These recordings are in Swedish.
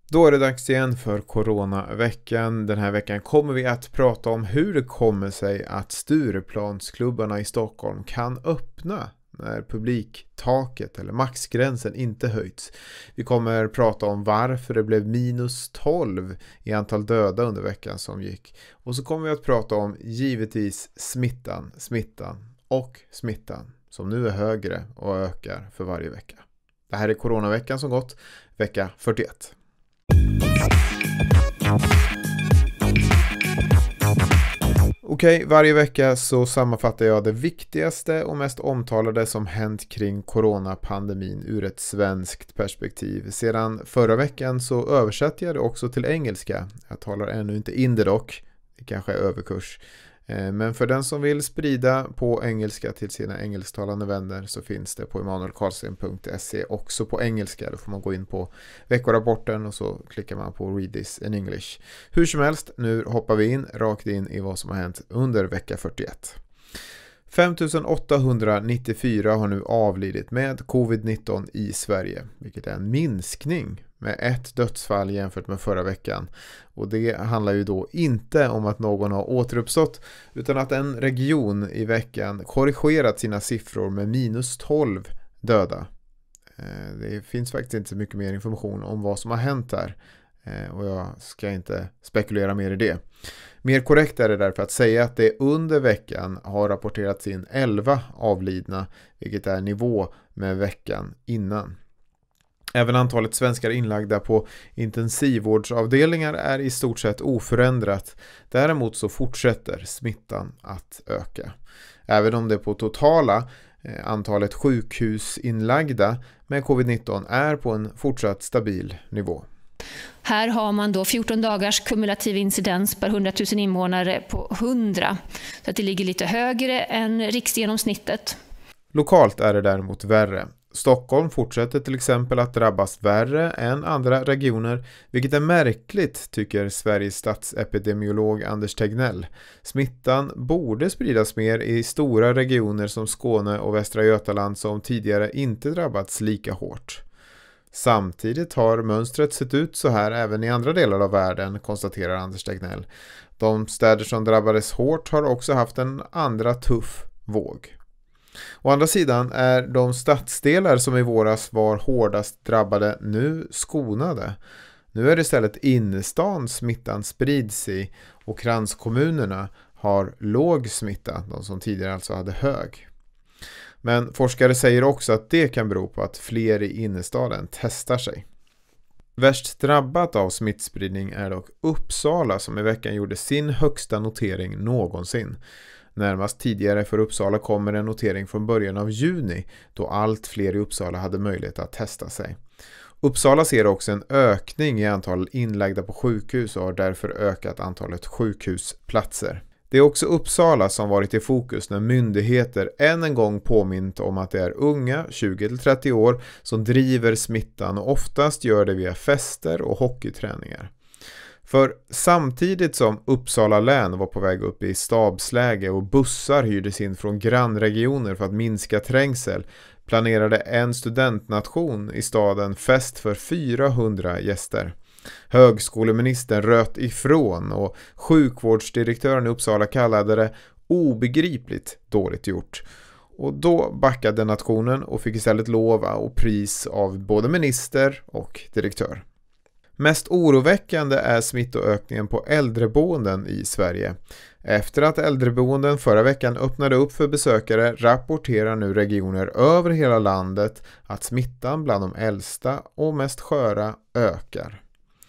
Då är det dags igen för Coronaveckan. Den här veckan kommer vi att prata om hur det kommer sig att Stureplansklubbarna i Stockholm kan öppna när publiktaket eller maxgränsen inte höjts. Vi kommer prata om varför det blev -12 i antal döda under veckan som gick. Och så kommer vi att prata om givetvis smittan som nu är högre och ökar för varje vecka. Det här är Coronaveckan som gått, vecka 41. Okej, varje vecka så sammanfattar jag det viktigaste och mest omtalade som hänt kring coronapandemin ur ett svenskt perspektiv. Sedan förra veckan så översätter jag det också till engelska. Jag talar ännu inte in det dock, det kanske är överkurs. Men för den som vill sprida på engelska till sina engelsktalande vänner så finns det på emanuelkarlsten.se också på engelska. Då får man gå in på veckorapporten och så klickar man på Read this in English. Hur som helst, nu hoppar vi rakt in i vad som har hänt under vecka 41. 5894 har nu avlidit med covid-19 i Sverige, vilket är en minskning med ett dödsfall jämfört med förra veckan. Och det handlar ju då inte om att någon har återuppstått utan att en region i veckan korrigerat sina siffror med -12 döda. Det finns faktiskt inte så mycket mer information om vad som har hänt där. Och jag ska inte spekulera mer i det. Mer korrekt är det därför att säga att det under veckan har rapporterats in 11 avlidna, vilket är nivå med veckan innan. Även antalet svenskar inlagda på intensivvårdsavdelningar är i stort sett oförändrat. Däremot så fortsätter smittan att öka. Även om det på totala antalet sjukhusinlagda med covid-19 är på en fortsatt stabil nivå. Här har man då 14 dagars kumulativ incidens per 100 000 invånare på 100. Så att det ligger lite högre än riksgenomsnittet. Lokalt är det däremot värre. Stockholm fortsätter till exempel att drabbas värre än andra regioner, vilket är märkligt tycker Sveriges statsepidemiolog Anders Tegnell. Smittan borde spridas mer i stora regioner som Skåne och Västra Götaland som tidigare inte drabbats lika hårt. Samtidigt har mönstret sett ut så här även i andra delar av världen, konstaterar Anders Tegnell. De städer som drabbades hårt har också haft en andra tuff våg. Å andra sidan är de stadsdelar som i våras var hårdast drabbade nu skonade. Nu är det istället innerstan smittan sprids i och kranskommunerna har låg smitta, de som tidigare alltså hade hög. Men forskare säger också att det kan bero på att fler i innerstaden testar sig. Värst drabbat av smittspridning är dock Uppsala som i veckan gjorde sin högsta notering någonsin. Närmast tidigare för Uppsala kommer en notering från början av juni då allt fler i Uppsala hade möjlighet att testa sig. Uppsala ser också en ökning i antal inlagda på sjukhus och har därför ökat antalet sjukhusplatser. Det är också Uppsala som varit i fokus när myndigheter än en gång påmint om att det är unga, 20-30 år, som driver smittan och oftast gör det via fester och hockeyträningar. För samtidigt som Uppsala län var på väg upp i stabsläge och bussar hyrdes in från grannregioner för att minska trängsel, planerade en studentnation i staden fest för 400 gäster. Högskoleministern röt ifrån och sjukvårdsdirektören i Uppsala kallade det obegripligt dåligt gjort. Och då backade nationen och fick istället lov och pris av både minister och direktör. Mest oroväckande är smittoökningen på äldreboenden i Sverige. Efter att äldreboenden förra veckan öppnade upp för besökare rapporterar nu regioner över hela landet att smittan bland de äldsta och mest sköra ökar.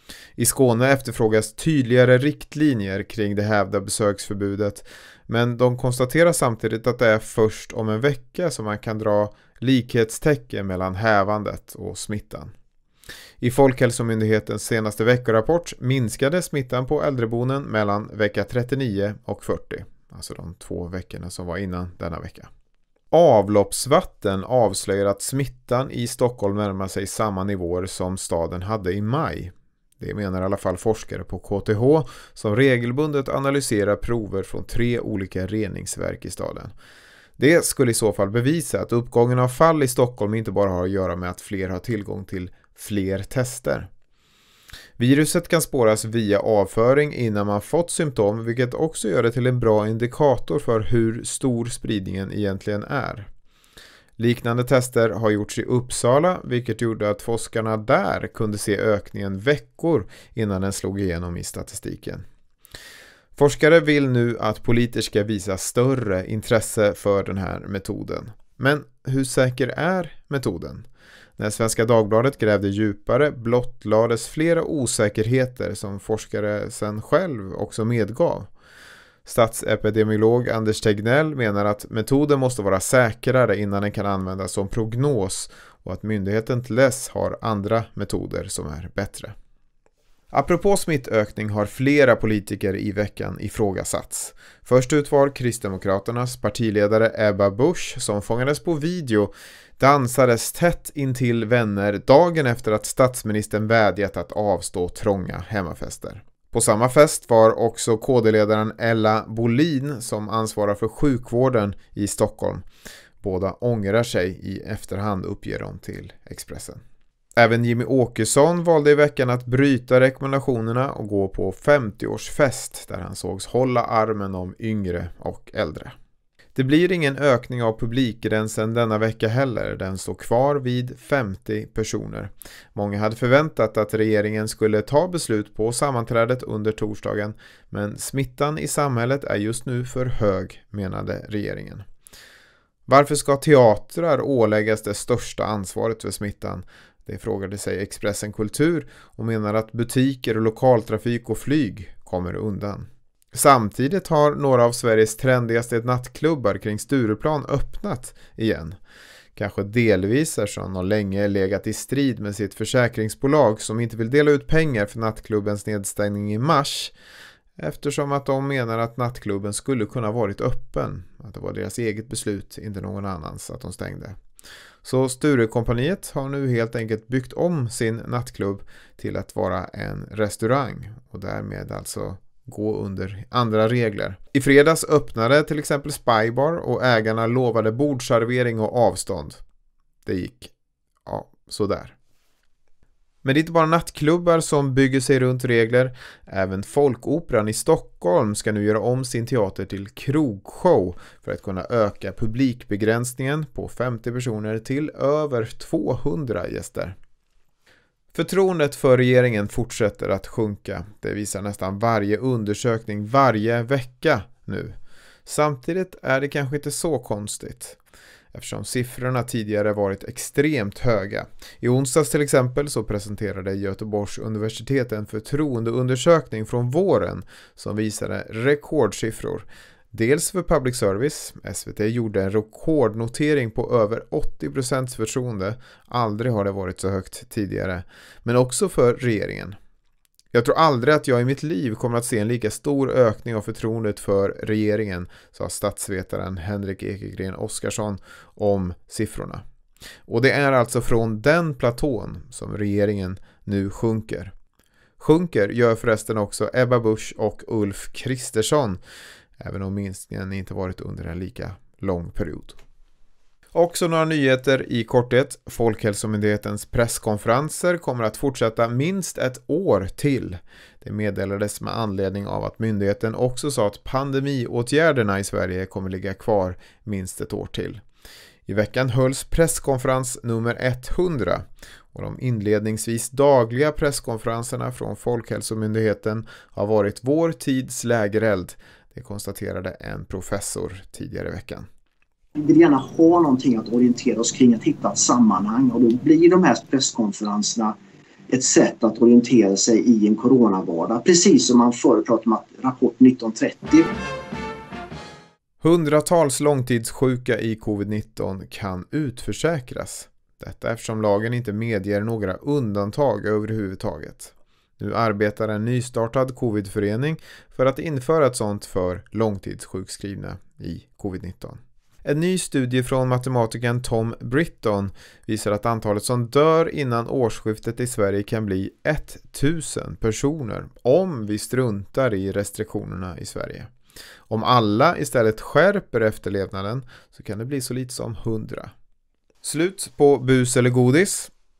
I Skåne efterfrågas tydligare riktlinjer kring det hävda besöksförbudet, men de konstaterar samtidigt att det är först om en vecka som man kan dra likhetstecken mellan hävandet och smittan. I Folkhälsomyndighetens senaste veckorapport minskade smittan på äldreboenden mellan vecka 39 och 40, alltså de 2 veckorna som var innan denna vecka. Avloppsvatten avslöjar att smittan i Stockholm närmar sig samma nivåer som staden hade i maj. Det menar i alla fall forskare på KTH som regelbundet analyserar prover från 3 olika reningsverk i staden. Det skulle i så fall bevisa att uppgången av fall i Stockholm inte bara har att göra med att fler har tillgång till fler tester. Viruset kan spåras via avföring innan man fått symptom, vilket också gör det till en bra indikator för hur stor spridningen egentligen är. Liknande tester har gjorts i Uppsala, vilket gjorde att forskarna där kunde se ökningen veckor innan den slog igenom i statistiken. Forskare vill nu att politiker ska visa större intresse för den här metoden. Men hur säker är metoden? När Svenska Dagbladet grävde djupare blottlades flera osäkerheter som forskare sen själv också medgav. Statsepidemiolog Anders Tegnell menar att metoden måste vara säkrare innan den kan användas som prognos och att myndigheten till dess har andra metoder som är bättre. Apropå smittökning har flera politiker i veckan ifrågasatts. Först ut var Kristdemokraternas partiledare Ebba Busch som fångades på video dansades tätt intill vänner dagen efter att statsministern vädjat att avstå trånga hemmafester. På samma fest var också KD-ledaren Ella Bolin som ansvarar för sjukvården i Stockholm. Båda ångrar sig i efterhand, uppger de till Expressen. Även Jimmy Åkesson valde i veckan att bryta rekommendationerna och gå på 50-årsfest där han sågs hålla armen om yngre och äldre. Det blir ingen ökning av publikgränsen denna vecka heller, den står kvar vid 50 personer. Många hade förväntat att regeringen skulle ta beslut på sammanträdet under torsdagen, men smittan i samhället är just nu för hög, menade regeringen. Varför ska teatrar åläggas det största ansvaret för smittan? Det frågade sig Expressen Kultur och menar att butiker och lokaltrafik och flyg kommer undan. Samtidigt har några av Sveriges trendigaste nattklubbar kring Stureplan öppnat igen. Kanske delvis eftersom de länge legat i strid med sitt försäkringsbolag som inte vill dela ut pengar för nattklubbens nedstängning i mars, eftersom att de menar att nattklubben skulle kunna varit öppen. Att det var deras eget beslut, inte någon annans, att de stängde. Så Sturekompaniet har nu helt enkelt byggt om sin nattklubb till att vara en restaurang och därmed alltså gå under andra regler. I fredags öppnade till exempel Spybar och ägarna lovade bordservering och avstånd. Det gick sådär. Men det är inte bara nattklubbar som bygger sig runt regler. Även Folkoperan i Stockholm ska nu göra om sin teater till krogshow för att kunna öka publikbegränsningen på 50 personer till över 200 gäster. Förtroendet för regeringen fortsätter att sjunka. Det visar nästan varje undersökning varje vecka nu. Samtidigt är det kanske inte så konstigt, eftersom siffrorna tidigare varit extremt höga. I onsdags till exempel så presenterade Göteborgs universitet en förtroendeundersökning från våren som visade rekordsiffror. Dels för public service, SVT gjorde en rekordnotering på över 80% förtroende, aldrig har det varit så högt tidigare, men också för regeringen. Jag tror aldrig att jag i mitt liv kommer att se en lika stor ökning av förtroendet för regeringen, sa statsvetaren Henrik Ekegren Oskarsson om siffrorna. Och det är alltså från den platån som regeringen nu sjunker. Sjunker gör förresten också Ebba Busch och Ulf Kristersson, även om minskningen inte varit under en lika lång period. Också några nyheter i korthet. Folkhälsomyndighetens presskonferenser kommer att fortsätta minst ett år till. Det meddelades med anledning av att myndigheten också sa att pandemiåtgärderna i Sverige kommer ligga kvar minst ett år till. I veckan hölls presskonferens nummer 100 och de inledningsvis dagliga presskonferenserna från Folkhälsomyndigheten har varit vår tids lägereld. Det konstaterade en professor tidigare i veckan. Vi vill gärna ha någonting att orientera oss kring, att hitta ett sammanhang, och då blir de här presskonferenserna ett sätt att orientera sig i en coronavardag, precis som man förut pratade om att rapport 1930. Hundratals långtidssjuka i covid-19 kan utförsäkras. Detta eftersom lagen inte medger några undantag överhuvudtaget. Nu arbetar en nystartad covid-förening för att införa ett sådant för långtidssjukskrivna i covid-19. En ny studie från matematikern Tom Britton visar att antalet som dör innan årsskiftet i Sverige kan bli 1000 personer om vi struntar i restriktionerna i Sverige. Om alla istället skärper efterlevnaden så kan det bli så lite som 100. Slut på bus eller godis.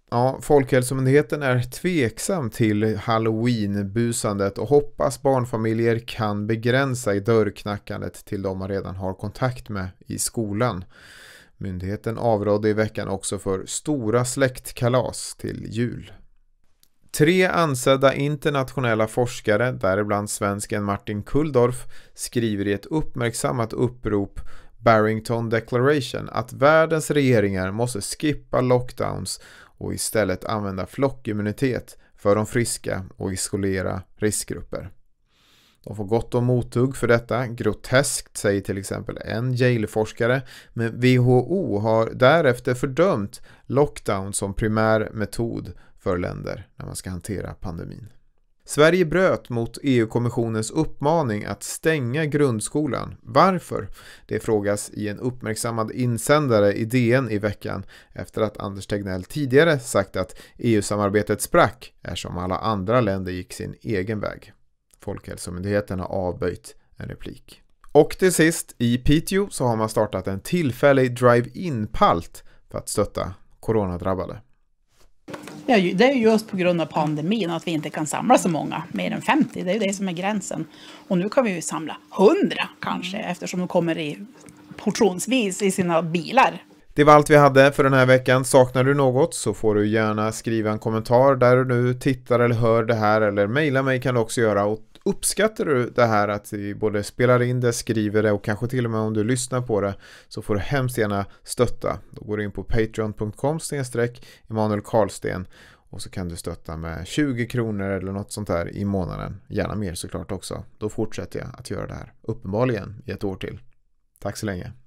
Ja, Folkhälsomyndigheten är tveksam till Halloween-busandet och hoppas barnfamiljer kan begränsa i dörrknackandet till de man redan har kontakt med i skolan. Myndigheten avrådde i veckan också för stora släktkalas till jul. 3 ansedda internationella forskare, däribland svensken Martin Kulldorff, skriver i ett uppmärksammat upprop Barrington Declaration att världens regeringar måste skippa lockdowns och istället använda flockimmunitet för de friska och isolera riskgrupper. De får gott om mothugg för detta. Groteskt, säger till exempel en Yale-forskare, men WHO har därefter fördömt lockdown som primär metod för länder när man ska hantera pandemin. Sverige bröt mot EU-kommissionens uppmaning att stänga grundskolan. Varför? Det frågas i en uppmärksammad insändare i DN i veckan efter att Anders Tegnell tidigare sagt att EU-samarbetet sprack eftersom alla andra länder gick sin egen väg. Folkhälsomyndigheten har avböjt en replik. Och till sist, i Piteå så har man startat en tillfällig drive-in-palt för att stötta coronadrabbade. Ja, det är just på grund av pandemin att vi inte kan samla så många, mer än 50. Det är ju det som är gränsen. Och nu kan vi ju samla 100 kanske, eftersom de kommer i portionsvis i sina bilar. Det var allt vi hade för den här veckan. Saknar du något så får du gärna skriva en kommentar där du nu tittar eller hör det här, eller mejla mig kan du också göra. Och uppskattar du det här att vi både spelar in det, skriver det och kanske till och med om du lyssnar på det, så får du hemskt gärna stötta. Då går du in på patreon.com/Emanuel Karlsten och så kan du stötta med 20 kronor eller något sånt där i månaden. Gärna mer såklart också. Då fortsätter jag att göra det här uppenbarligen i ett år till. Tack så länge.